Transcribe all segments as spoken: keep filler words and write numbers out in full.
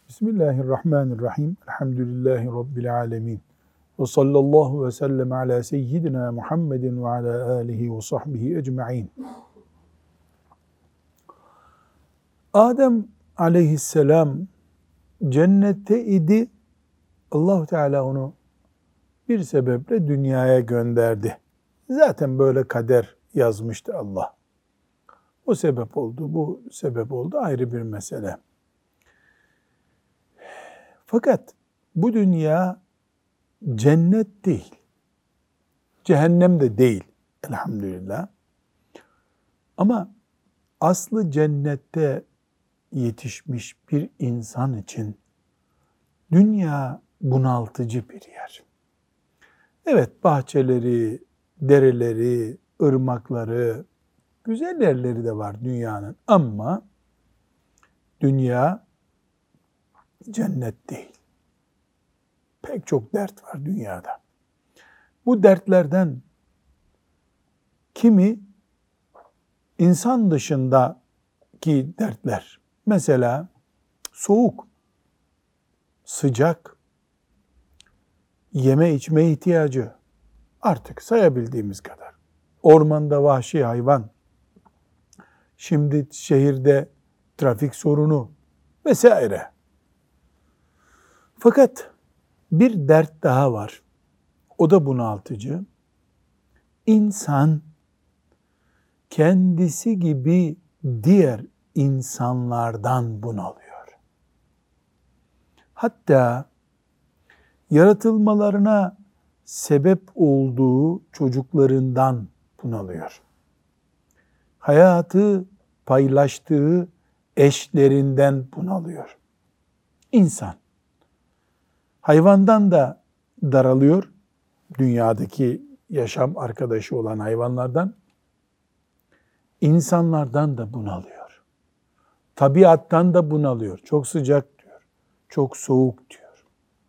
Bismillahirrahmanirrahim. Elhamdülillahi Rabbil alemin. Ve sallallahu ve sellem ala seyyidina Muhammedin ve ala alihi ve sahbihi ecma'in. Adem aleyhisselam cennette idi. Allah Teala onu bir sebeple dünyaya gönderdi. Zaten böyle kader yazmıştı Allah. O sebep oldu, bu sebep oldu ayrı bir mesele. Fakat bu dünya cennet değil, cehennem de değil elhamdülillah. Ama aslı cennette yetişmiş bir insan için dünya bunaltıcı bir yer. Evet, bahçeleri, dereleri, ırmakları, güzel yerleri de var dünyanın ama dünya cennet değil. Pek çok dert var dünyada. Bu dertlerden kimi insan dışındaki dertler. Mesela soğuk, sıcak, yeme içme ihtiyacı, artık sayabildiğimiz kadar. Ormanda vahşi hayvan, şimdi şehirde trafik sorunu vesaire. Fakat bir dert daha var. O da bunaltıcı. İnsan kendisi gibi diğer insanlardan bunalıyor. Hatta yaratılmalarına sebep olduğu çocuklarından bunalıyor. Hayatı paylaştığı eşlerinden bunalıyor. İnsan hayvandan da daralıyor, dünyadaki yaşam arkadaşı olan hayvanlardan, insanlardan da bunalıyor. Tabiattan da bunalıyor. Çok sıcak diyor, çok soğuk diyor.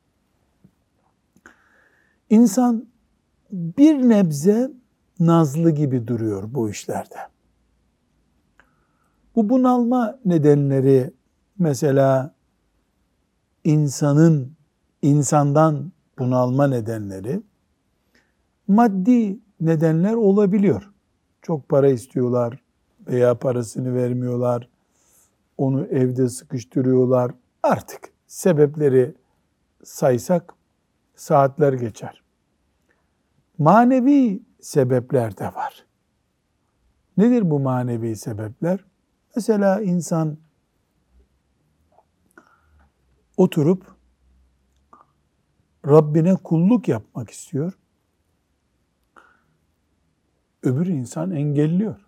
İnsan bir nebze nazlı gibi duruyor bu işlerde. Bu bunalma nedenleri mesela insanın insandan bunalma nedenleri maddi nedenler olabiliyor. Çok para istiyorlar veya parasını vermiyorlar. Onu evde sıkıştırıyorlar. Artık sebepleri saysak saatler geçer. Manevi sebepler de var. Nedir bu manevi sebepler? Mesela insan oturup Rabbine kulluk yapmak istiyor. Öbür insan engelliyor.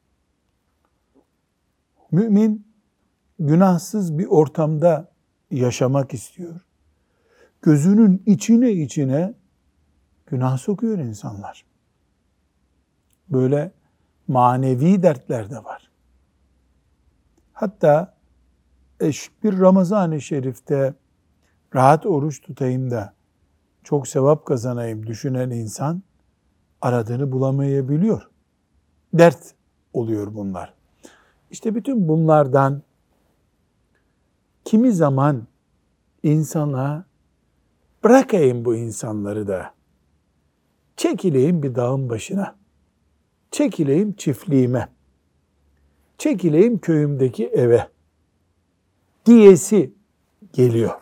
Mümin günahsız bir ortamda yaşamak istiyor. Gözünün içine içine günah sokuyor insanlar. Böyle manevi dertler de var. Hatta bir Ramazan-ı Şerif'te rahat oruç tutayım da çok sevap kazanayım düşünen insan aradığını bulamayabiliyor. Dert oluyor bunlar. İşte bütün bunlardan kimi zaman insana bırakayım bu insanları da çekileyim bir dağın başına, çekileyim çiftliğime, çekileyim köyümdeki eve diyesi geliyor.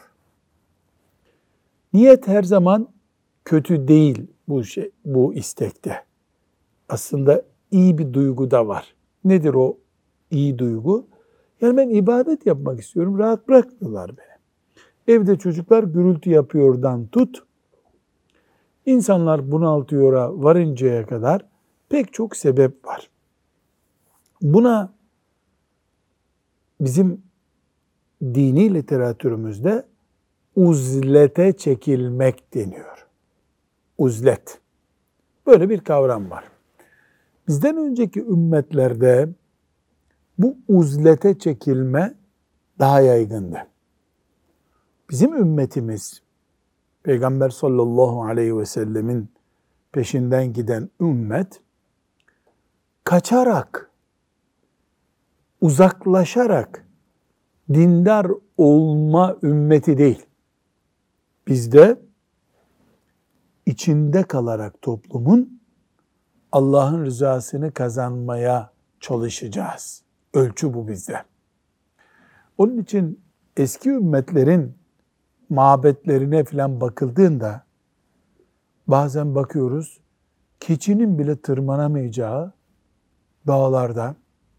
Niyet her zaman kötü değil bu şey, bu istekte. Aslında iyi bir duygu da var. Nedir o iyi duygu? Yani ben ibadet yapmak istiyorum, rahat bırakmıyorlar beni. Evde çocuklar gürültü yapıyordan tut, insanlar bunaltıyora varıncaya kadar pek çok sebep var. Buna bizim dini literatürümüzde uzlete çekilmek deniyor. Uzlet. Böyle bir kavram var. Bizden önceki ümmetlerde bu uzlete çekilme daha yaygındı. Bizim ümmetimiz, Peygamber sallallahu aleyhi ve sellemin peşinden giden ümmet, kaçarak, uzaklaşarak dindar olma ümmeti değil. Biz de içinde kalarak toplumun Allah'ın rızasını kazanmaya çalışacağız. Ölçü bu bizde. Onun için eski ümmetlerin mabetlerine falan bakıldığında bazen bakıyoruz, keçinin bile tırmanamayacağı dağlarda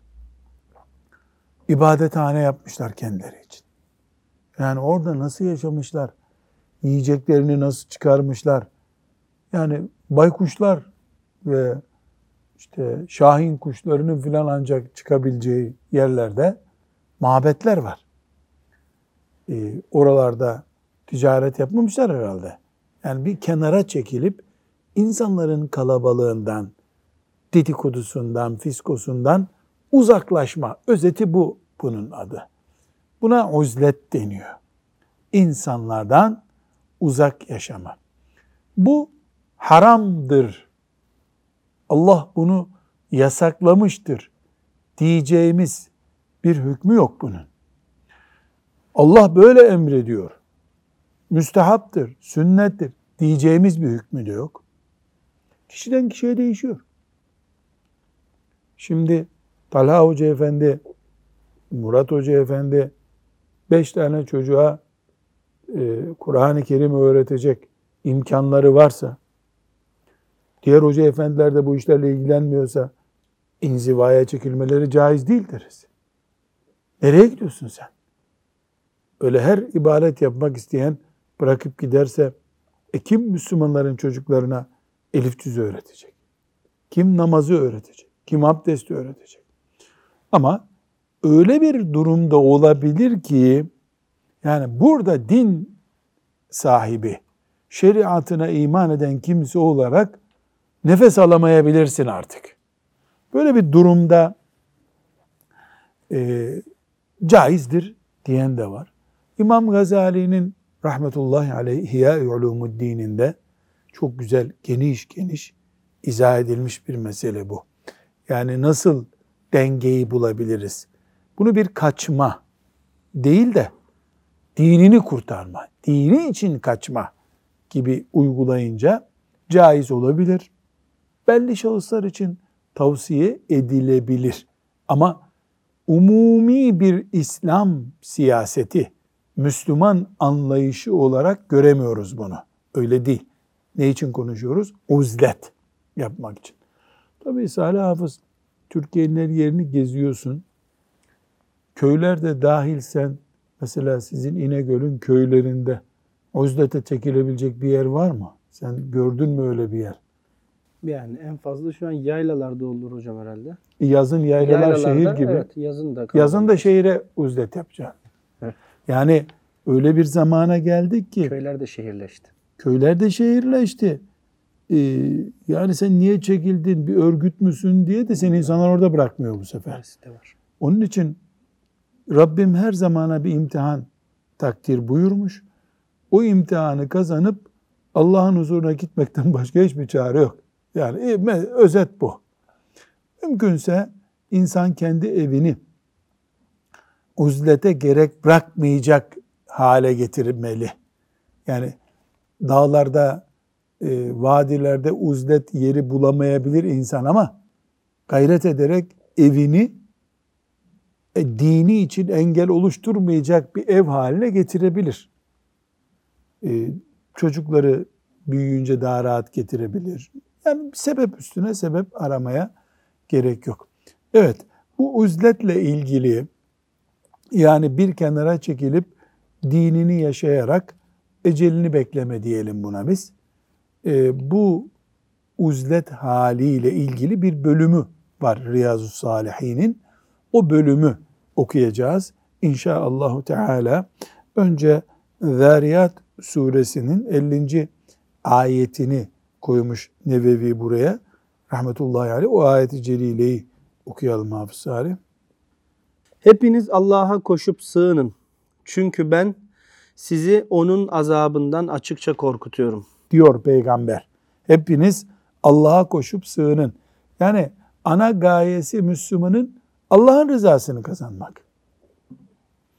ibadethane yapmışlar kendileri için. Yani orada nasıl yaşamışlar? Yiyeceklerini nasıl çıkarmışlar? Yani baykuşlar ve işte şahin kuşlarının filan ancak çıkabileceği yerlerde mabetler var. Ee, oralarda ticaret yapmamışlar herhalde. Yani bir kenara çekilip insanların kalabalığından, dedikodusundan, fiskosundan uzaklaşma. Özeti bu, bunun adı. Buna uzlet deniyor. İnsanlardan uzak yaşama. Bu haramdır. Allah bunu yasaklamıştır diyeceğimiz bir hükmü yok bunun. Allah böyle emrediyor. Müstehaptır, sünnettir diyeceğimiz bir hükmü de yok. Kişiden kişiye değişiyor. Şimdi Talha Hoca Efendi, Murat Hoca Efendi beş tane çocuğa e, Kur'an-ı Kerim öğretecek imkanları varsa, diğer hoca efendiler de bu işlerle ilgilenmiyorsa inzivaya çekilmeleri caiz değil deriz. Nereye gidiyorsun sen? Öyle her ibadet yapmak isteyen bırakıp giderse e kim Müslümanların çocuklarına elif cüzü öğretecek? Kim namazı öğretecek? Kim abdesti öğretecek? Ama öyle bir durumda olabilir ki yani burada din sahibi, şeriatına iman eden kimse olarak nefes alamayabilirsin artık. Böyle bir durumda e, caizdir diyen de var. İmam Gazali'nin rahmetullahi aleyh İhya-i Ulumuddin'inde çok güzel, geniş geniş izah edilmiş bir mesele bu. Yani nasıl dengeyi bulabiliriz? Bunu bir kaçma değil de dinini kurtarma, dini için kaçma gibi uygulayınca caiz olabilir. Belli şahıslar için tavsiye edilebilir. Ama umumi bir İslam siyaseti, Müslüman anlayışı olarak göremiyoruz bunu. Öyle değil. Ne için konuşuyoruz? Uzlet yapmak için. Tabii Salih Hafız, Türkiye'nin her yerini geziyorsun. Köyler de dahil sen, mesela sizin İnegöl'ün köylerinde uzlete çekilebilecek bir yer var mı? Sen gördün mü öyle bir yer? Yani en fazla şu an yaylalarda olur hocam herhalde. Yazın yaylalar Yaylalarda, şehir gibi. Evet, yazın da. Yazın da şehire uzlet yapacaksın. Evet. Yani öyle bir zamana geldik ki. Köyler de şehirleşti. Köyler de şehirleşti. Ee, yani sen niye çekildin, bir örgüt müsün diye de seni insanlar orada bırakmıyor bu sefer. De var. Onun için Rabbim her zamana bir imtihan takdir buyurmuş. O imtihanı kazanıp Allah'ın huzuruna gitmekten başka hiçbir çare yok. Yani özet bu. Mümkünse insan kendi evini uzlete gerek bırakmayacak hale getirmeli. Yani dağlarda, e, vadilerde uzlet yeri bulamayabilir insan ama gayret ederek evini e, dini için engel oluşturmayacak bir ev haline getirebilir. E, çocukları büyüyünce daha rahat getirebilir. Yani sebep üstüne sebep aramaya gerek yok. Evet, bu uzletle ilgili yani bir kenara çekilip dinini yaşayarak ecelini bekleme diyelim buna biz. E, bu uzlet haliyle ilgili bir bölümü var Riyazu Salihin'in. O bölümü okuyacağız İnşaallahu Teala. Önce Zariyat suresinin ellinci ayetini koymuş Nevevi buraya. Rahmetullahi aleyh. O ayeti celileyi okuyalım Hafız Salih. Hepiniz Allah'a koşup sığının. Çünkü ben sizi onun azabından açıkça korkutuyorum. Diyor Peygamber. Hepiniz Allah'a koşup sığının. Yani ana gayesi Müslümanın Allah'ın rızasını kazanmak.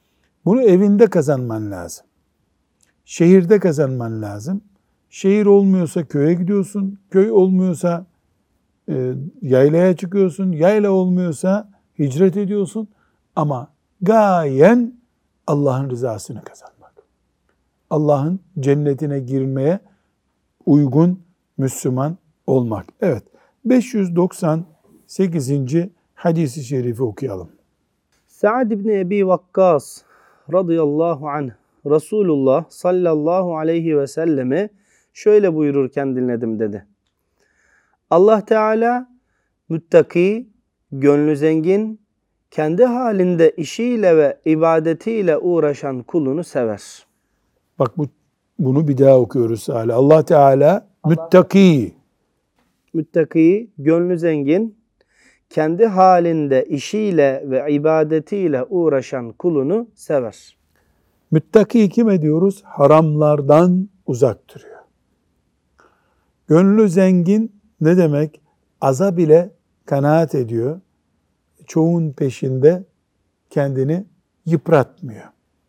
Bunu evinde kazanman lazım. Şehirde kazanman lazım. Şehir olmuyorsa köye gidiyorsun. Köy olmuyorsa e, yaylaya çıkıyorsun. Yayla olmuyorsa hicret ediyorsun. Ama gayen Allah'ın rızasını kazanmak. Allah'ın cennetine girmeye uygun Müslüman olmak. Evet. beş yüz doksan sekizinci hadisi şerifi okuyalım. Sa'd ibn Ebi Vakkas radıyallahu anh Resulullah sallallahu aleyhi ve selleme şöyle buyururken dinledim dedi. Allah Teala müttaki, gönlü zengin, kendi halinde işiyle ve ibadetiyle uğraşan kulunu sever. Bak bu bunu bir daha okuyoruz hala. Allah Teala müttaki. Müttaki, gönlü zengin, kendi halinde işiyle ve ibadetiyle uğraşan kulunu sever. Müttaki kime diyoruz? Haramlardan uzak duruyor. Gönlü zengin ne demek? Aza bile kanaat ediyor. Çoğun peşinde kendini yıpratmıyor.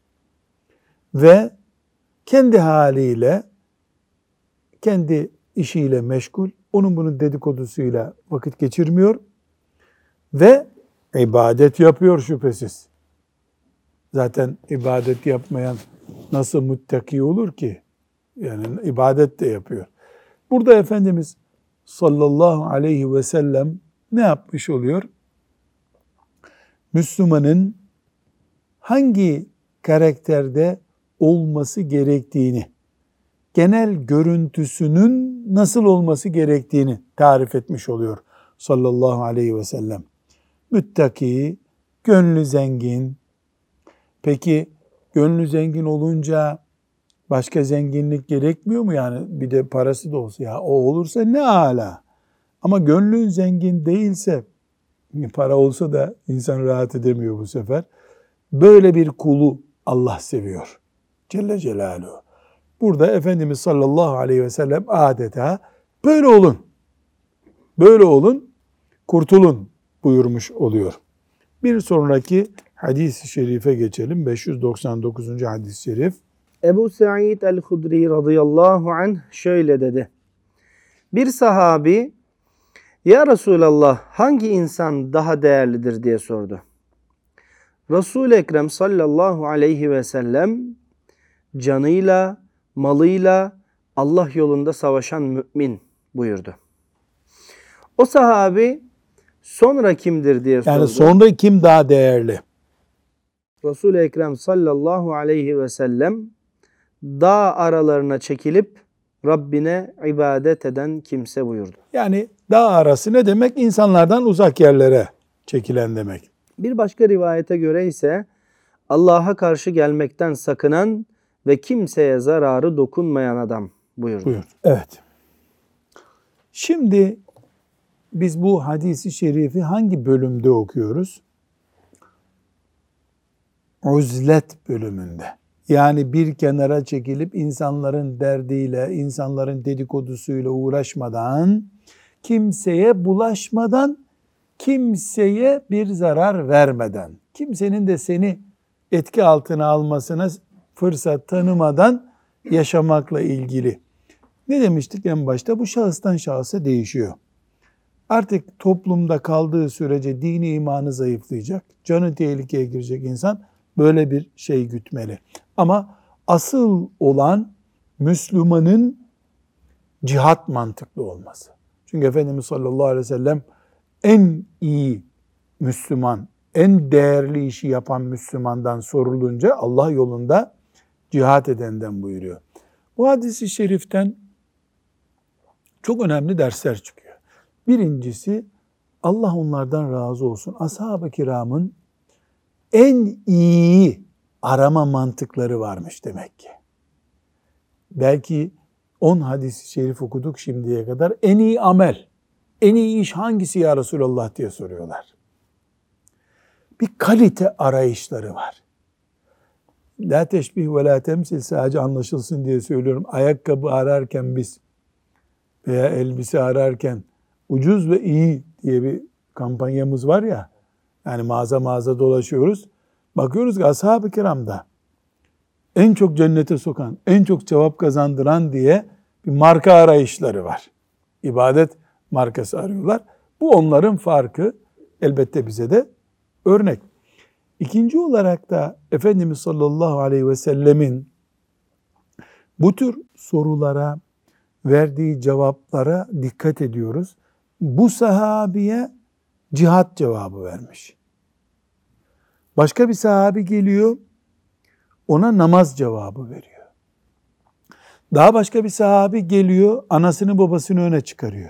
Ve kendi haliyle, kendi işiyle meşgul, onun bunun dedikodusuyla vakit geçirmiyor ve ibadet yapıyor şüphesiz. Zaten ibadet yapmayan nasıl muttaki olur ki? Yani ibadet de yapıyor. Burada Efendimiz sallallahu aleyhi ve sellem ne yapmış oluyor? Müslümanın hangi karakterde olması gerektiğini, genel görüntüsünün nasıl olması gerektiğini tarif etmiş oluyor sallallahu aleyhi ve sellem. Müttaki, gönlü zengin. Peki gönlü zengin olunca başka zenginlik gerekmiyor mu yani? Bir de parası da olsa ya o olursa ne âlâ. Ama gönlün zengin değilse, para olsa da insan rahat edemiyor bu sefer. Böyle bir kulu Allah seviyor Celle Celaluhu. Burada Efendimiz sallallahu aleyhi ve sellem adeta böyle olun, böyle olun, kurtulun buyurmuş oluyor. Bir sonraki hadis-i şerife geçelim. beş yüz doksan dokuzuncu hadis-i şerif. Ebu Sa'id el-Hudri radıyallahu anh şöyle dedi. Bir sahabi, ya Resulallah hangi insan daha değerlidir diye sordu. Resul-i Ekrem sallallahu aleyhi ve sellem canıyla, malıyla Allah yolunda savaşan mümin buyurdu. O sahabi sonra kimdir diye sordu. Yani sonra kim daha değerli? Resul-i Ekrem sallallahu aleyhi ve sellem dağ aralarına çekilip Rabbine ibadet eden kimse buyurdu. Yani dağ arası ne demek? İnsanlardan uzak yerlere çekilen demek. Bir başka rivayete göre ise Allah'a karşı gelmekten sakınan ve kimseye zararı dokunmayan adam buyurdu. Buyur. Evet. Şimdi biz bu hadisi şerifi hangi bölümde okuyoruz? Uzlet bölümünde. Yani bir kenara çekilip insanların derdiyle, insanların dedikodusuyla uğraşmadan, kimseye bulaşmadan, kimseye bir zarar vermeden, kimsenin de seni etki altına almasına fırsat tanımadan yaşamakla ilgili. Ne demiştik en başta? Bu şahıstan şahısa değişiyor. Artık toplumda kaldığı sürece dini imanı zayıflayacak, canı tehlikeye girecek insan böyle bir şey gütmeli. Ama asıl olan Müslümanın cihat mantıklı olması. Çünkü Efendimiz sallallahu aleyhi ve sellem en iyi Müslüman, en değerli işi yapan Müslümandan sorulunca Allah yolunda cihat edenden buyuruyor. Bu hadis-i şeriften çok önemli dersler çıkıyor. Birincisi, Allah onlardan razı olsun. Ashab-ı kiramın en iyi arama mantıkları varmış demek ki. Belki on hadis-i şerif okuduk şimdiye kadar. En iyi amel, en iyi iş hangisi ya Resulallah diye soruyorlar. Bir kalite arayışları var. La teşbih ve la temsil, sadece anlaşılsın diye söylüyorum. Ayakkabı ararken biz veya elbise ararken ucuz ve iyi diye bir kampanyamız var ya. Yani mağaza mağaza dolaşıyoruz. Bakıyoruz ki ashab-ı kiramda en çok cennete sokan, en çok cevap kazandıran diye bir marka arayışları var. İbadet markası arıyorlar. Bu onların farkı, elbette bize de örnek. İkinci olarak da Efendimiz sallallahu aleyhi ve sellemin bu tür sorulara verdiği cevaplara dikkat ediyoruz. Bu sahabiye cihat cevabı vermiş. Başka bir sahabi geliyor, ona namaz cevabı veriyor. Daha başka bir sahabi geliyor, anasını babasını öne çıkarıyor.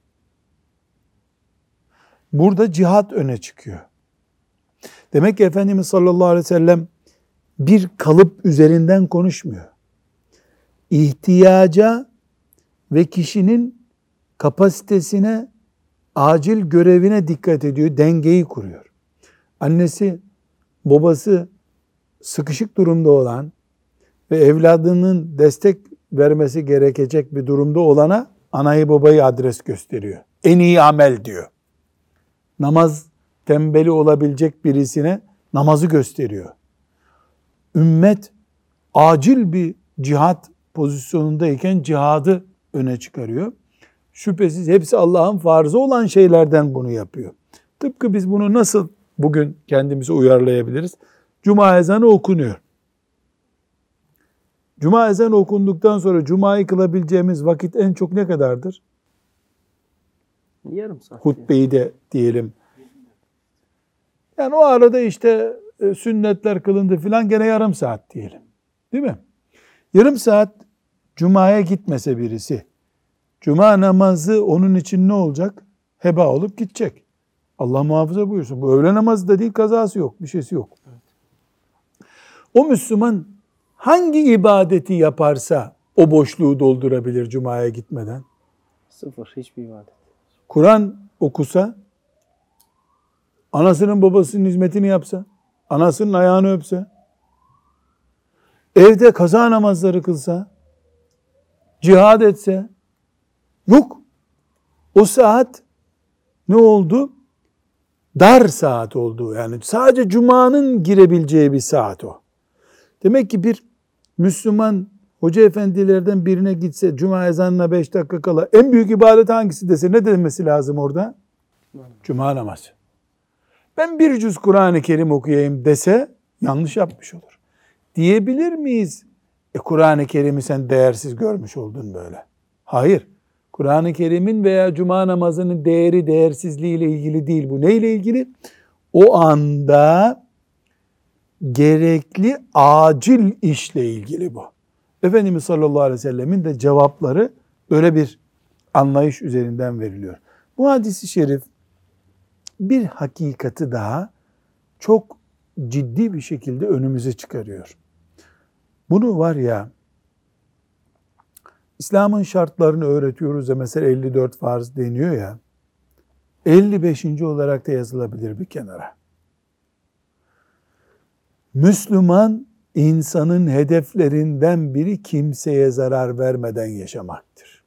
Burada cihat öne çıkıyor. Demek ki Efendimiz sallallahu aleyhi ve sellem bir kalıp üzerinden konuşmuyor. İhtiyaca ve kişinin kapasitesine, acil görevine dikkat ediyor, dengeyi kuruyor. Annesi, babası sıkışık durumda olan ve evladının destek vermesi gerekecek bir durumda olana anayı babayı adres gösteriyor. En iyi amel diyor. Namaz tembeli olabilecek birisine namazı gösteriyor. Ümmet acil bir cihat pozisyonundayken cihadı öne çıkarıyor. Şüphesiz hepsi Allah'ın farzı olan şeylerden bunu yapıyor. Tıpkı biz bunu nasıl bugün kendimize uyarlayabiliriz? Cuma ezanı okunuyor. Cuma ezanı okunduktan sonra Cuma'yı kılabileceğimiz vakit en çok ne kadardır? Yarım saat. Hutbeyi de diyelim. Yani o arada işte e, sünnetler kılındı filan, gene yarım saat diyelim. Değil mi? Yarım saat Cuma'ya gitmese birisi, Cuma namazı onun için ne olacak? Heba olup gidecek. Allah muhafaza buyursun. Bu öğle namazı da değil, kazası yok, bir şeysi yok. Evet. O Müslüman hangi ibadeti yaparsa o boşluğu doldurabilir Cuma'ya gitmeden? Sıfır, hiçbir ibadet. Kur'an okusa, anasının babasının hizmetini yapsa, anasının ayağını öpse, evde kaza namazları kılsa, cihad etse, yok. O saat ne oldu? Dar saat oldu. Yani sadece Cuma'nın girebileceği bir saat o. Demek ki bir Müslüman hoca efendilerden birine gitse, Cuma ezanına beş dakika kala en büyük ibadet hangisi dese ne demesi lazım orada? Cuma namazı. Ben bir cüz Kur'an-ı Kerim okuyayım dese yanlış yapmış olur. Diyebilir miyiz? E Kur'an-ı Kerim'i sen değersiz görmüş oldun böyle. Hayır. Kur'an-ı Kerim'in veya Cuma namazının değeri değersizliği ile ilgili değil. Bu neyle ilgili? O anda gerekli acil işle ilgili bu. Efendimiz sallallahu aleyhi ve sellemin de cevapları böyle bir anlayış üzerinden veriliyor. Bu hadis-i şerif bir hakikati daha çok ciddi bir şekilde önümüze çıkarıyor. Bunu var ya, İslam'ın şartlarını öğretiyoruz da mesela elli dört farz deniyor ya, elli beşinci olarak da yazılabilir bir kenara. Müslüman insanın hedeflerinden biri kimseye zarar vermeden yaşamaktır.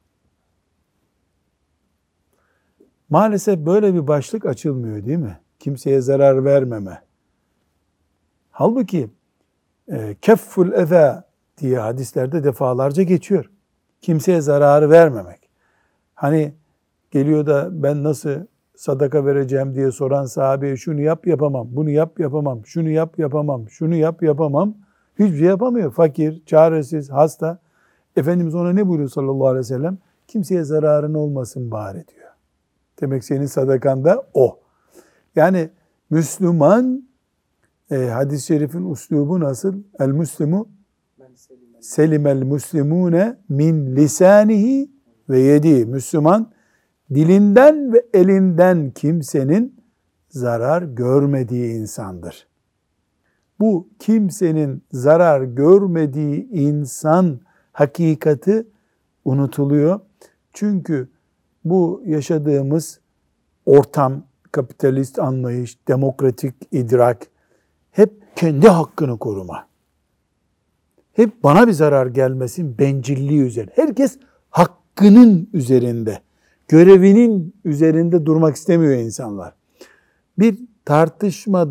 Maalesef böyle bir başlık açılmıyor değil mi? Kimseye zarar vermeme. Halbuki e, kefful eza diye hadislerde defalarca geçiyor. Kimseye zararı vermemek. Hani geliyor da ben nasıl sadaka vereceğim diye soran sahabeye şunu yap yapamam, bunu yap yapamam, şunu yap yapamam, şunu yap yapamam. Hiçbir şey yapamıyor. Fakir, çaresiz, hasta. Efendimiz ona ne buyuruyor sallallahu aleyhi ve sellem? Kimseye zararın olmasın bari diyor. Demek senin sadakan da o. Yani Müslüman, e, hadis-i şerifin uslubu nasıl? El Müslimu selimel muslimune min lisanihi ve yedi. Müslüman dilinden ve elinden kimsenin zarar görmediği insandır. Bu kimsenin zarar görmediği insan hakikati unutuluyor. Çünkü bu yaşadığımız ortam, kapitalist anlayış, demokratik idrak hep kendi hakkını koruma. Hep bana bir zarar gelmesin bencilliği üzerine. Herkes hakkının üzerinde, görevinin üzerinde durmak istemiyor insanlar. Bir tartışmada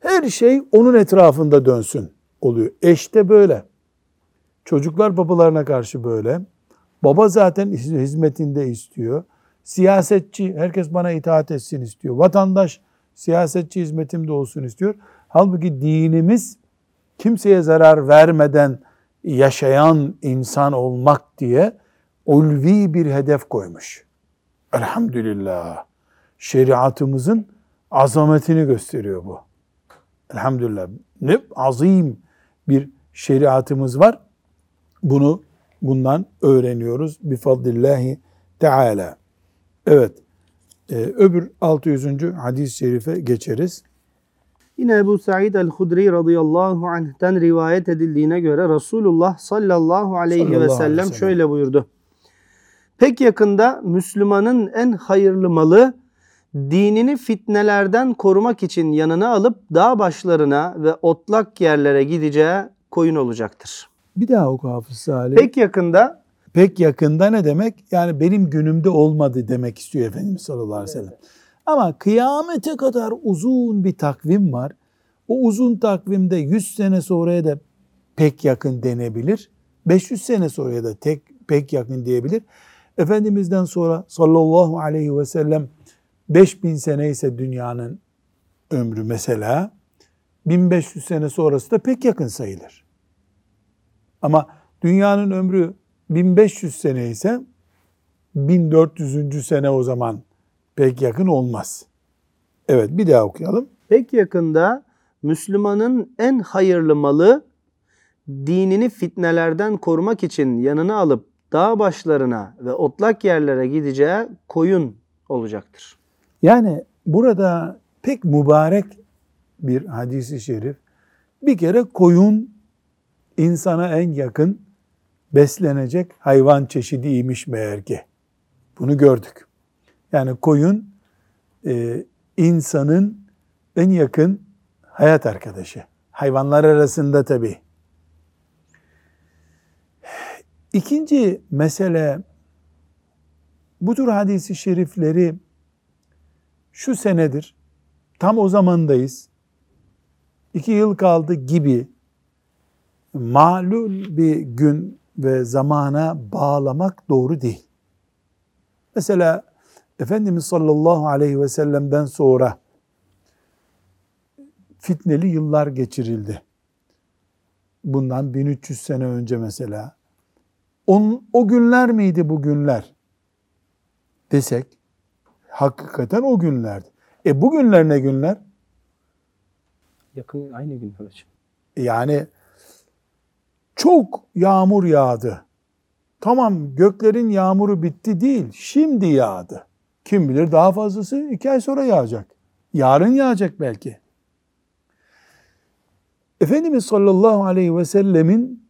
Her şey onun etrafında dönsün oluyor. Eş de böyle. Çocuklar babalarına karşı böyle. Baba zaten hizmetinde istiyor. Siyasetçi, herkes bana itaat etsin istiyor. Vatandaş, siyasetçi hizmetimde olsun istiyor. Halbuki dinimiz kimseye zarar vermeden yaşayan insan olmak diye ulvi bir hedef koymuş. Elhamdülillah. Şeriatımızın azametini gösteriyor bu. Elhamdülillah. Ne azim bir şeriatımız var. Bunu bundan öğreniyoruz. Bifadlillahi Teala. Evet. Ee, öbür altı yüzüncü hadis-i şerife geçeriz. Yine Ebu Said el-Hudri radıyallahu anh'ten rivayet edildiğine göre Resulullah sallallahu aleyhi Sallallahu ve aleyhi ve sellem sellem. şöyle buyurdu. Pek yakında Müslümanın en hayırlı malı dinini fitnelerden korumak için yanına alıp dağ başlarına ve otlak yerlere gideceği koyun olacaktır. Bir daha oku Hafız Salih. Pek yakında Pek yakında ne demek? Yani benim günümde olmadı demek istiyor Efendimiz sallallahu aleyhi ve sellem. Ama kıyamete kadar uzun bir takvim var. O uzun takvimde yüz sene sonraya da pek yakın denebilir. beş yüz sene sonraya da tek pek yakın diyebilir. Efendimiz'den sonra sallallahu aleyhi ve sellem beş bin sene ise dünyanın ömrü mesela, bin beş yüz sene sonrası da pek yakın sayılır. Ama dünyanın ömrü bin beş yüz sene ise bin dört yüzüncü sene o zaman pek yakın olmaz. Evet, bir daha okuyalım. pek yakında Müslümanın en hayırlı malı dinini fitnelerden korumak için yanına alıp dağ başlarına ve otlak yerlere gideceği koyun olacaktır. Yani burada pek mübarek bir hadis-i şerif. Bir kere koyun insana en yakın beslenecek hayvan çeşidiymiş meğer ki. Bunu gördük. Yani koyun e, insanın en yakın hayat arkadaşı. Hayvanlar arasında tabii. İkinci mesele, bu tür hadis-i şerifleri şu senedir, tam o zamandayız, iki yıl kaldı gibi malul bir gün ve zamana bağlamak doğru değil. Mesela Efendimiz sallallahu aleyhi ve sellem'den sonra fitneli yıllar geçirildi. Bundan bin üç yüz sene önce mesela. On, o günler miydi bu günler desek, hakikaten o günlerdi. E bugünler ne günler? Yakın aynı gün hocam. Yani çok yağmur yağdı. Tamam, göklerin yağmuru bitti değil, şimdi yağdı. Kim bilir daha fazlası iki ay sonra yağacak. Yarın yağacak belki. Efendimiz sallallahu aleyhi ve sellemin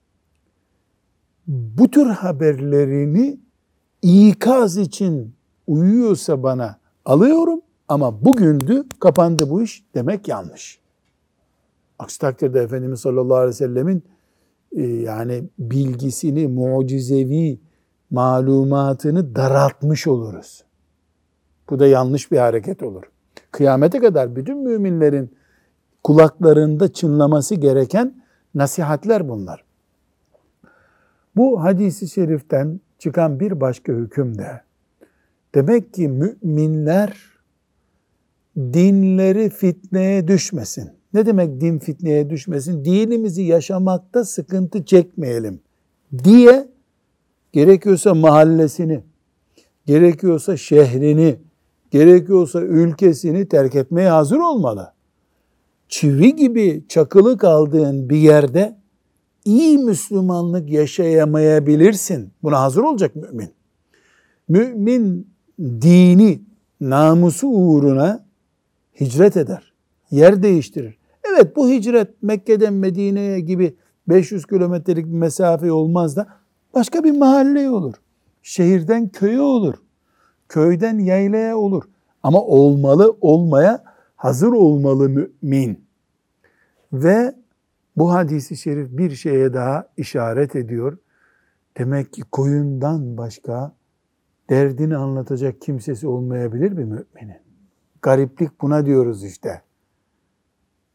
bu tür haberlerini ikaz için uyuyorsa bana alıyorum ama bugündü, kapandı bu iş demek yanlış. Aksi takdirde Efendimiz sallallahu aleyhi ve sellemin e, yani bilgisini, mucizevi malumatını daraltmış oluruz. Bu da yanlış bir hareket olur. Kıyamete kadar bütün müminlerin kulaklarında çınlaması gereken nasihatler bunlar. Bu hadis-i şeriften çıkan bir başka hüküm de, demek ki müminler dinleri fitneye düşmesin. Ne demek din fitneye düşmesin? Dinimizi yaşamakta sıkıntı çekmeyelim diye gerekiyorsa mahallesini, gerekiyorsa şehrini, gerekiyorsa ülkesini terk etmeye hazır olmalı. Çivi gibi çakılı kaldığın bir yerde iyi Müslümanlık yaşayamayabilirsin. Buna hazır olacak mümin. Mümin dini, namusu uğruna hicret eder. Yer değiştirir. Evet, bu hicret Mekke'den Medine'ye gibi beş yüz kilometrelik bir mesafe olmaz da başka bir mahalleye olur. Şehirden köye olur. Köyden yaylaya olur. Ama olmalı, olmaya hazır olmalı mümin. Ve bu hadis-i şerif bir şeye daha işaret ediyor. Demek ki koyundan başka derdini anlatacak kimsesi olmayabilir bir müminin. Gariplik buna diyoruz işte.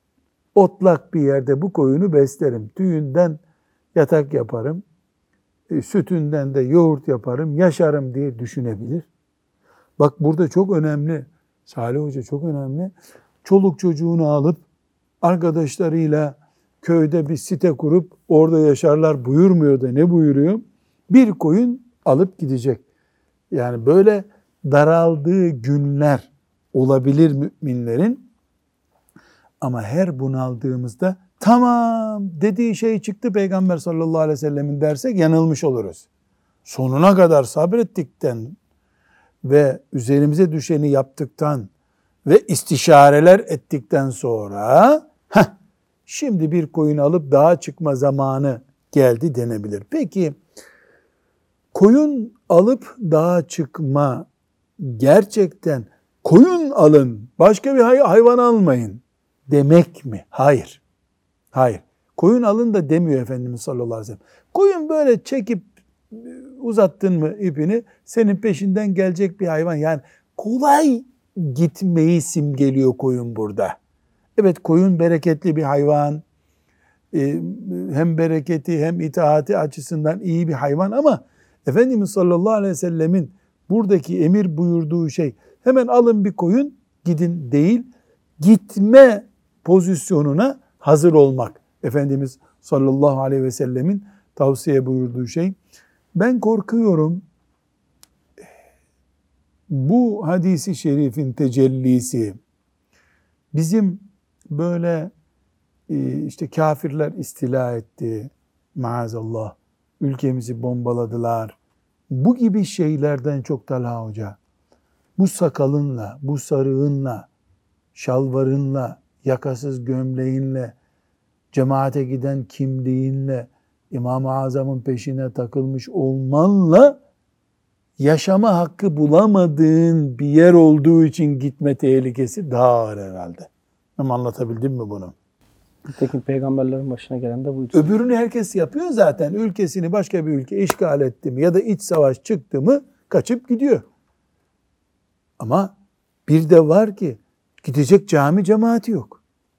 otlak bir yerde bu koyunu beslerim. Tüyünden yatak yaparım. E, sütünden de yoğurt yaparım, yaşarım diye düşünebilir. Bak burada çok önemli. Salih Hoca çok önemli. Çoluk çocuğunu alıp arkadaşlarıyla köyde bir site kurup orada yaşarlar buyurmuyor da ne buyuruyor? Bir koyun alıp gidecek. Yani böyle daraldığı günler olabilir müminlerin. Ama her bunaldığımızda tamam dediği şey çıktı Peygamber sallallahu aleyhi ve sellemin dersek yanılmış oluruz. Sonuna kadar sabrettikten ve üzerimize düşeni yaptıktan ve istişareler ettikten sonra heh, şimdi bir koyun alıp dağa çıkma zamanı geldi denebilir. Peki koyun alıp dağa çıkma gerçekten koyun alın başka bir hay- hayvan almayın demek mi? Hayır. Hayır. Koyun alın da demiyor Efendimiz sallallahu aleyhi ve sellem. Koyun böyle çekip uzattın mı ipini senin peşinden gelecek bir hayvan. Yani kolay gitmeyi simgeliyor koyun burada. Evet koyun bereketli bir hayvan. Hem bereketi hem itaati açısından iyi bir hayvan ama Efendimiz sallallahu aleyhi ve sellemin buradaki emir buyurduğu şey hemen alın bir koyun gidin değil, gitme pozisyonuna hazır olmak. Efendimiz sallallahu aleyhi ve sellemin tavsiye buyurduğu şey. Ben korkuyorum bu hadisi şerifin tecellisi bizim böyle işte kafirler istila etti maazallah, ülkemizi bombaladılar. Bu gibi şeylerden çok Talha Hoca, bu sakalınla, bu sarığınla, şalvarınla, yakasız gömleğinle, cemaate giden kimliğinle, İmam-ı Azam'ın peşine takılmış olmanla yaşama hakkı bulamadığın bir yer olduğu için gitme tehlikesi daha ağır herhalde. Ama anlatabildim mi bunu? Nitekim peygamberlerin başına gelen de buydu. Öbürünü herkes yapıyor zaten. Ülkesini başka bir ülke işgal etti mi ya da iç savaş çıktı mı kaçıp gidiyor. Ama bir de var ki gidecek cami cemaati yok.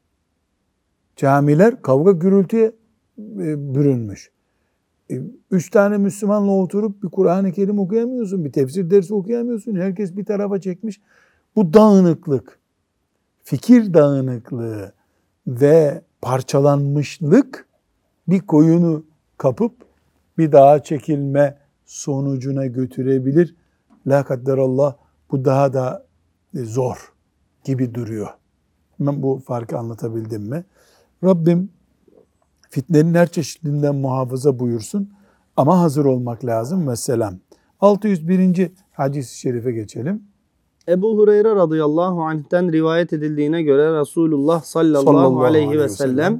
Camiler kavga gürültüye bürünmüş. Üç tane Müslümanla oturup bir Kur'an-ı Kerim okuyamıyorsun, bir tefsir dersi okuyamıyorsun. Herkes bir tarafa çekmiş. Bu dağınıklık, fikir dağınıklığı ve parçalanmışlık bir koyunu kapıp bir dağa çekilme sonucuna götürebilir. La kadderallah bu daha da zor gibi duruyor. Ben bu farkı anlatabildim mi? Rabbim fitnenin her çeşidinden muhafaza buyursun. Ama hazır olmak lazım. Vesselam. altı yüz birinci hadis-i şerife geçelim. Ebu Hureyre radıyallahu anh'ten rivayet edildiğine göre Resulullah sallallahu, sallallahu aleyhi, aleyhi ve sellem, sellem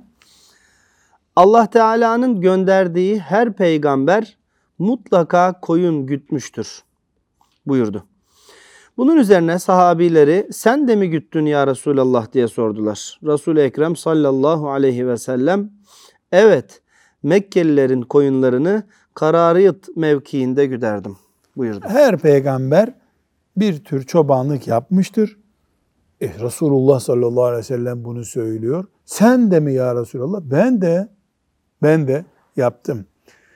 Allah Teala'nın gönderdiği her peygamber mutlaka koyun gütmüştür buyurdu. Bunun üzerine sahabileri sen de mi güttün ya Resulallah diye sordular. Resul-i Ekrem sallallahu aleyhi ve sellem evet Mekkelilerin koyunlarını Karariyat mevkiinde güderdim buyurdu. Her peygamber bir tür çobanlık yapmıştır. E, Resulullah sallallahu aleyhi ve sellem bunu söylüyor. Sen de mi ya Resulallah? Ben de, ben de yaptım.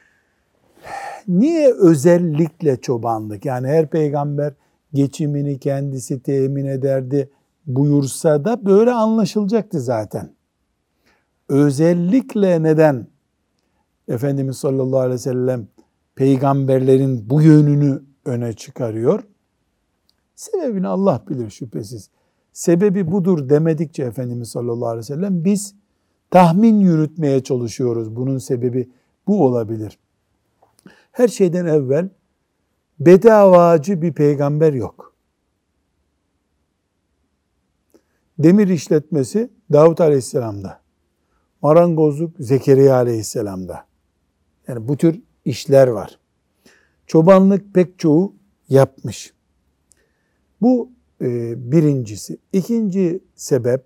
Niye özellikle çobanlık? Yani her peygamber geçimini kendisi temin ederdi buyursa da böyle anlaşılacaktı zaten. Özellikle neden Efendimiz sallallahu aleyhi ve sellem peygamberlerin bu yönünü öne çıkarıyor? Sebebini Allah bilir şüphesiz. Sebebi budur demedikçe Efendimiz sallallahu aleyhi ve sellem biz tahmin yürütmeye çalışıyoruz. Bunun sebebi bu olabilir. Her şeyden evvel bedavacı bir peygamber yok. Demir işletmesi Davut aleyhisselam'da. Marangozluk Zekeriya aleyhisselam'da. Yani bu tür işler var. Çobanlık pek çoğu yapmış. Bu e, birincisi. İkinci sebep,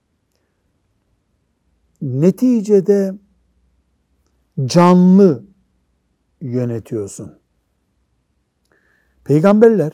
neticede canlı yönetiyorsun. Peygamberler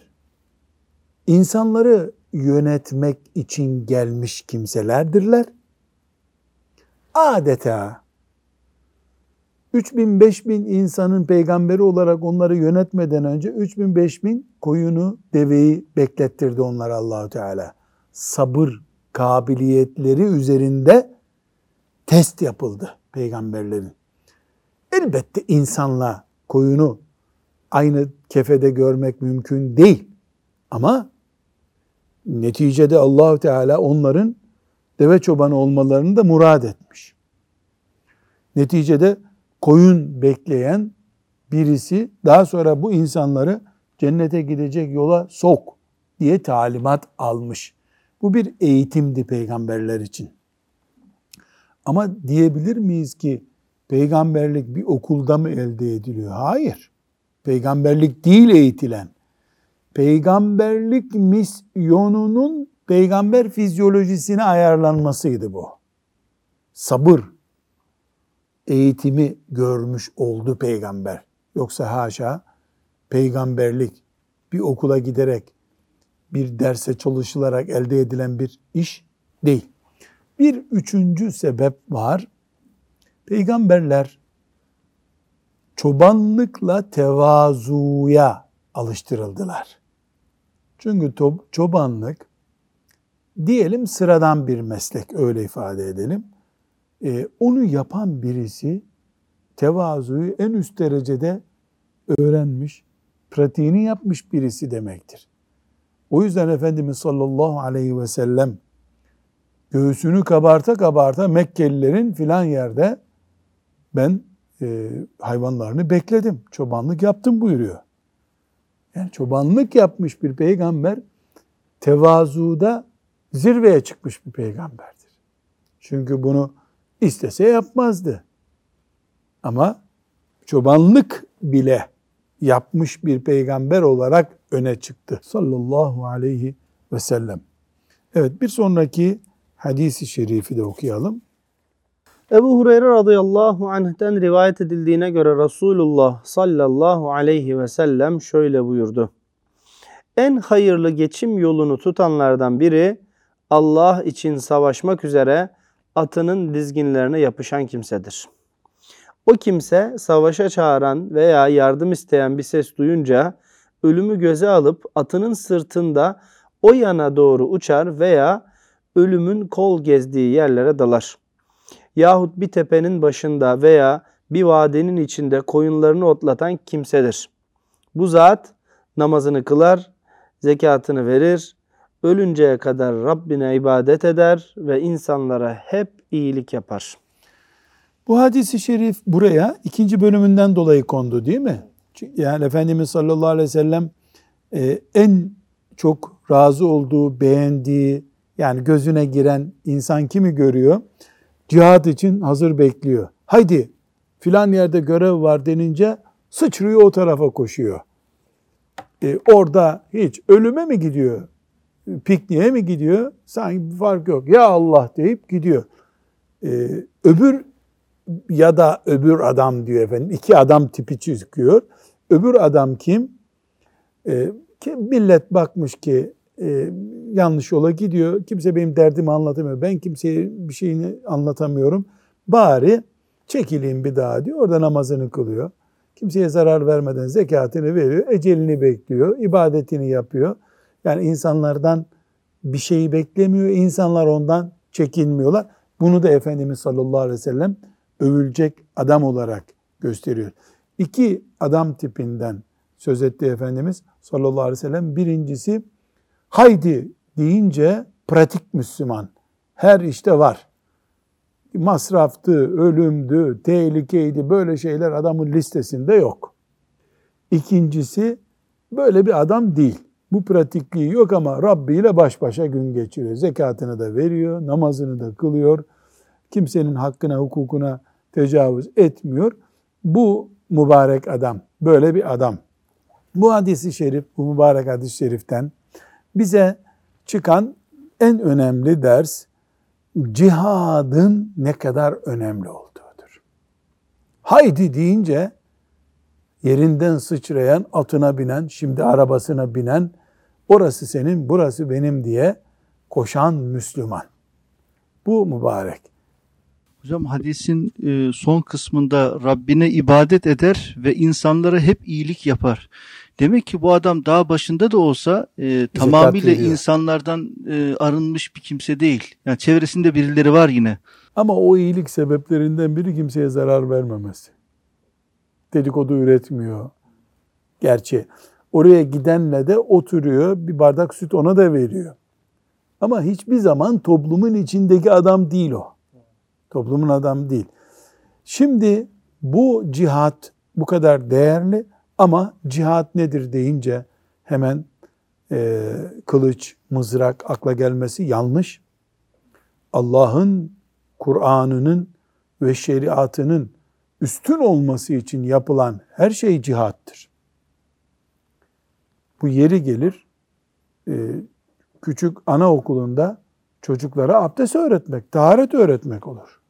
insanları yönetmek için gelmiş kimselerdirler. adeta üç bin beş bin insanın peygamberi olarak onları yönetmeden önce üç bin beş bin koyunu, deveyi beklettirdi onlara Allah-u Teala. Sabır kabiliyetleri üzerinde test yapıldı peygamberlerin. Elbette insanla koyunu aynı kefede görmek mümkün değil. Ama neticede Allah-u Teala onların deve çobanı olmalarını da murad etmiş. Neticede koyun bekleyen birisi daha sonra bu insanları cennete gidecek yola sok diye talimat almış. Bu bir eğitimdi peygamberler için. Ama diyebilir miyiz ki peygamberlik bir okulda mı elde ediliyor? Hayır. Peygamberlik değil eğitilen. Peygamberlik misyonunun peygamber fizyolojisine ayarlanmasıydı bu. Sabır eğitimi görmüş oldu peygamber. Yoksa haşa peygamberlik bir okula giderek, bir derse çalışılarak elde edilen bir iş değil. Bir üçüncü sebep var. Peygamberler çobanlıkla tevazuya alıştırıldılar. Çünkü çobanlık diyelim sıradan bir meslek, öyle ifade edelim. Ee, onu yapan birisi tevazuyu en üst derecede öğrenmiş, pratiğini yapmış birisi demektir. O yüzden Efendimiz sallallahu aleyhi ve sellem göğsünü kabarta kabarta Mekkelilerin filan yerde ben e, hayvanlarını bekledim, çobanlık yaptım buyuruyor. Yani çobanlık yapmış bir peygamber tevazuda zirveye çıkmış bir peygamberdir. Çünkü bunu istese yapmazdı. Ama çobanlık bile yapmış bir peygamber olarak öne çıktı sallallahu aleyhi ve sellem. Evet, bir sonraki hadis-i şerifi de okuyalım. Ebu Hureyre radıyallahu anh'ten rivayet edildiğine göre Resulullah sallallahu aleyhi ve sellem şöyle buyurdu. En hayırlı geçim yolunu tutanlardan biri Allah için savaşmak üzere atının dizginlerine yapışan kimsedir. O kimse savaşa çağıran veya yardım isteyen bir ses duyunca ölümü göze alıp atının sırtında o yana doğru uçar veya ölümün kol gezdiği yerlere dalar. Yahut bir tepenin başında veya bir vadinin içinde koyunlarını otlatan kimsedir. Bu zat namazını kılar, zekatını verir, ölünceye kadar Rabbine ibadet eder ve insanlara hep iyilik yapar. Bu hadis-i şerif buraya ikinci bölümünden dolayı kondu değil mi? Yani Efendimiz sallallahu aleyhi ve sellem e, en çok razı olduğu, beğendiği, yani gözüne giren insan kimi görüyor? Cihad için hazır bekliyor. Haydi filan yerde görev var denince sıçrıyor o tarafa koşuyor. E, orada hiç ölüme mi gidiyor? Pikniğe mi gidiyor? Sanki bir fark yok. Ya Allah deyip gidiyor. E, öbür ya da öbür adam diyor efendim. İki adam tipi çıkıyor. Öbür adam kim? E, ki millet bakmış ki e, yanlış yola gidiyor. Kimse benim derdimi anlatamıyor. Ben kimseye bir şeyini anlatamıyorum. Bari çekileyim bir daha diyor. Orada namazını kılıyor. Kimseye zarar vermeden zekatını veriyor. Ecelini bekliyor. İbadetini yapıyor. Yani insanlardan bir şeyi beklemiyor. İnsanlar ondan çekinmiyorlar. Bunu da Efendimiz sallallahu aleyhi ve sellem övülecek adam olarak gösteriyor. İki adam tipinden söz etti Efendimiz sallallahu aleyhi ve sellem. Birincisi haydi deyince pratik Müslüman. Her işte var. Masraftı, ölümdü, tehlikeydi, böyle şeyler adamın listesinde yok. İkincisi böyle bir adam değil. Bu pratikliği yok ama Rabbi ile baş başa gün geçiriyor. Zekatını da veriyor, namazını da kılıyor. Kimsenin hakkına, hukukuna tecavüz etmiyor. Bu mübarek adam, böyle bir adam. Bu hadis-i şerif, bu mübarek hadis-i şeriften bize çıkan en önemli ders, cihadın ne kadar önemli olduğudur. Haydi deyince yerinden sıçrayan, atına binen, şimdi arabasına binen, orası senin, burası benim diye koşan Müslüman. Bu mübarek. Hocam hadisin e, son kısmında Rabbine ibadet eder ve insanlara hep iyilik yapar. Demek ki bu adam dağ başında da olsa e, tamamıyla veriyor. insanlardan e, arınmış bir kimse değil. Yani çevresinde birileri var yine. Ama o iyilik sebeplerinden biri kimseye zarar vermemesi. Dedikodu üretmiyor. Gerçi oraya gidenle de oturuyor, bir bardak süt ona da veriyor. Ama hiçbir zaman toplumun içindeki adam değil o. Toplumun adamı değil. Şimdi bu cihat bu kadar değerli ama cihat nedir deyince hemen e, kılıç, mızrak akla gelmesi yanlış. Allah'ın Kur'an'ının ve şeriatının üstün olması için yapılan her şey cihattır. Bu yeri gelir e, küçük anaokulunda çocuklara abdest öğretmek, taharet öğretmek olur.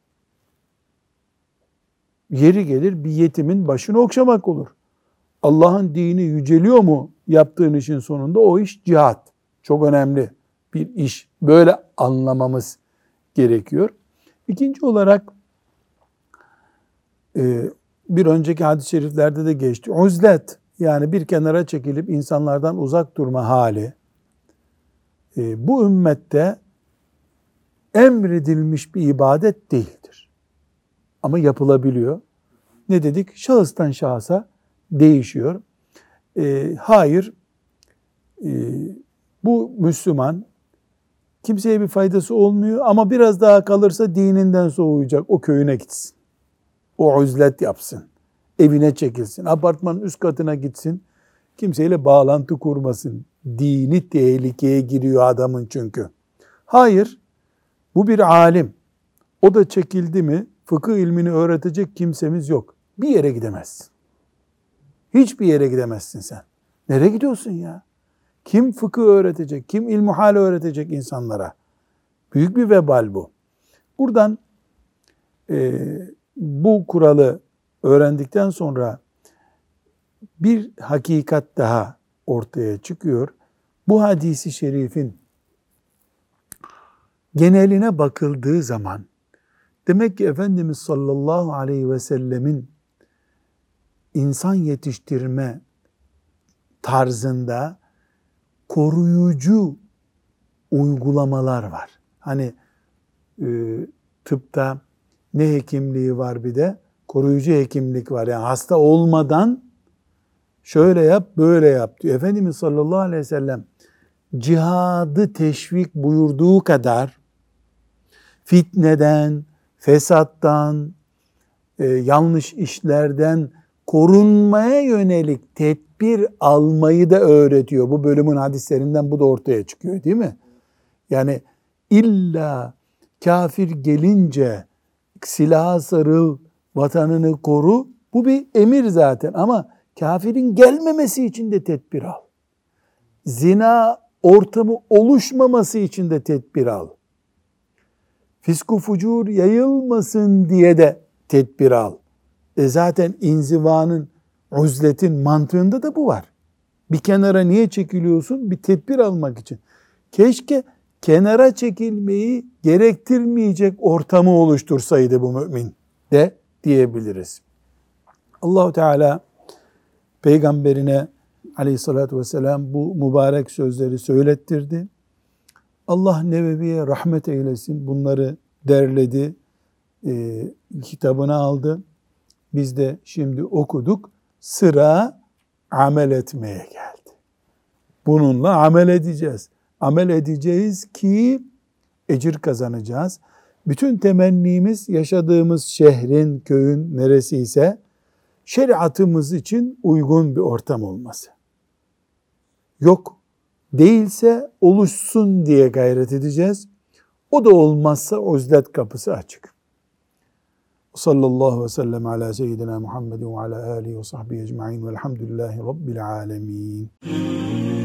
Yeri gelir bir yetimin başını okşamak olur. Allah'ın dini yüceliyor mu yaptığın işin sonunda? O iş cihat. Çok önemli bir iş. Böyle anlamamız gerekiyor. İkinci olarak e, bir önceki hadis-i şeriflerde de geçti. Uzlet, yani bir kenara çekilip insanlardan uzak durma hali e, bu ümmette emredilmiş bir ibadet değildir. Ama yapılabiliyor. Ne dedik? Şahıstan şahsa değişiyor. E, hayır, e, bu Müslüman kimseye bir faydası olmuyor ama biraz daha kalırsa dininden soğuyacak. O köyüne gitsin. O uzlet yapsın. Evine çekilsin. Apartmanın üst katına gitsin. Kimseyle bağlantı kurmasın. Dini tehlikeye giriyor adamın çünkü. Hayır, bu bir alim. O da çekildi mi fıkıh ilmini öğretecek kimsemiz yok. Bir yere gidemezsin. Hiçbir yere gidemezsin sen. Nereye gidiyorsun ya? Kim fıkıh öğretecek? Kim ilmuhal öğretecek insanlara? Büyük bir vebal bu. Buradan e, bu kuralı öğrendikten sonra bir hakikat daha ortaya çıkıyor. Bu hadisi şerifin geneline bakıldığı zaman demek ki Efendimiz sallallahu aleyhi ve sellemin insan yetiştirme tarzında koruyucu uygulamalar var. Hani e, tıpta ne hekimliği var, bir de koruyucu hekimlik var. Yani hasta olmadan şöyle yap, böyle yap diyor. Efendimiz sallallahu aleyhi ve sellem cihadı teşvik buyurduğu kadar fitneden, fesattan, e, yanlış işlerden korunmaya yönelik tedbir almayı da öğretiyor. Bu bölümün hadislerinden bu da ortaya çıkıyor, değil mi? Yani illa kafir gelince silaha sarıl, vatanını koru. Bu bir emir zaten ama kafirin gelmemesi için de tedbir al. Zina ortamı oluşmaması için de tedbir al. Fisku fucur yayılmasın diye de tedbir al. E zaten inzivanın, uzletin mantığında da bu var. Bir kenara niye çekiliyorsun? Bir tedbir almak için. Keşke kenara çekilmeyi gerektirmeyecek ortamı oluştursaydı bu mümin de diyebiliriz. Allah-u Teala peygamberine aleyhissalatü vesselam bu mübarek sözleri söylettirdi. Allah Nebevi'ye rahmet eylesin. Bunları derledi, e, kitabına aldı. Biz de şimdi okuduk. Sıra amel etmeye geldi. Bununla amel edeceğiz. Amel edeceğiz ki ecir kazanacağız. Bütün temennimiz yaşadığımız şehrin, köyün neresi ise şeriatımız için uygun bir ortam olması. Yok, değilse oluşsun diye gayret edeceğiz. O da olmazsa uzlet kapısı açık. Sallallahu aleyhi ve sellem ala seyyidina Muhammedin ve ala alihi ve sahbihi ecma'in velhamdülillahi rabbil alemin.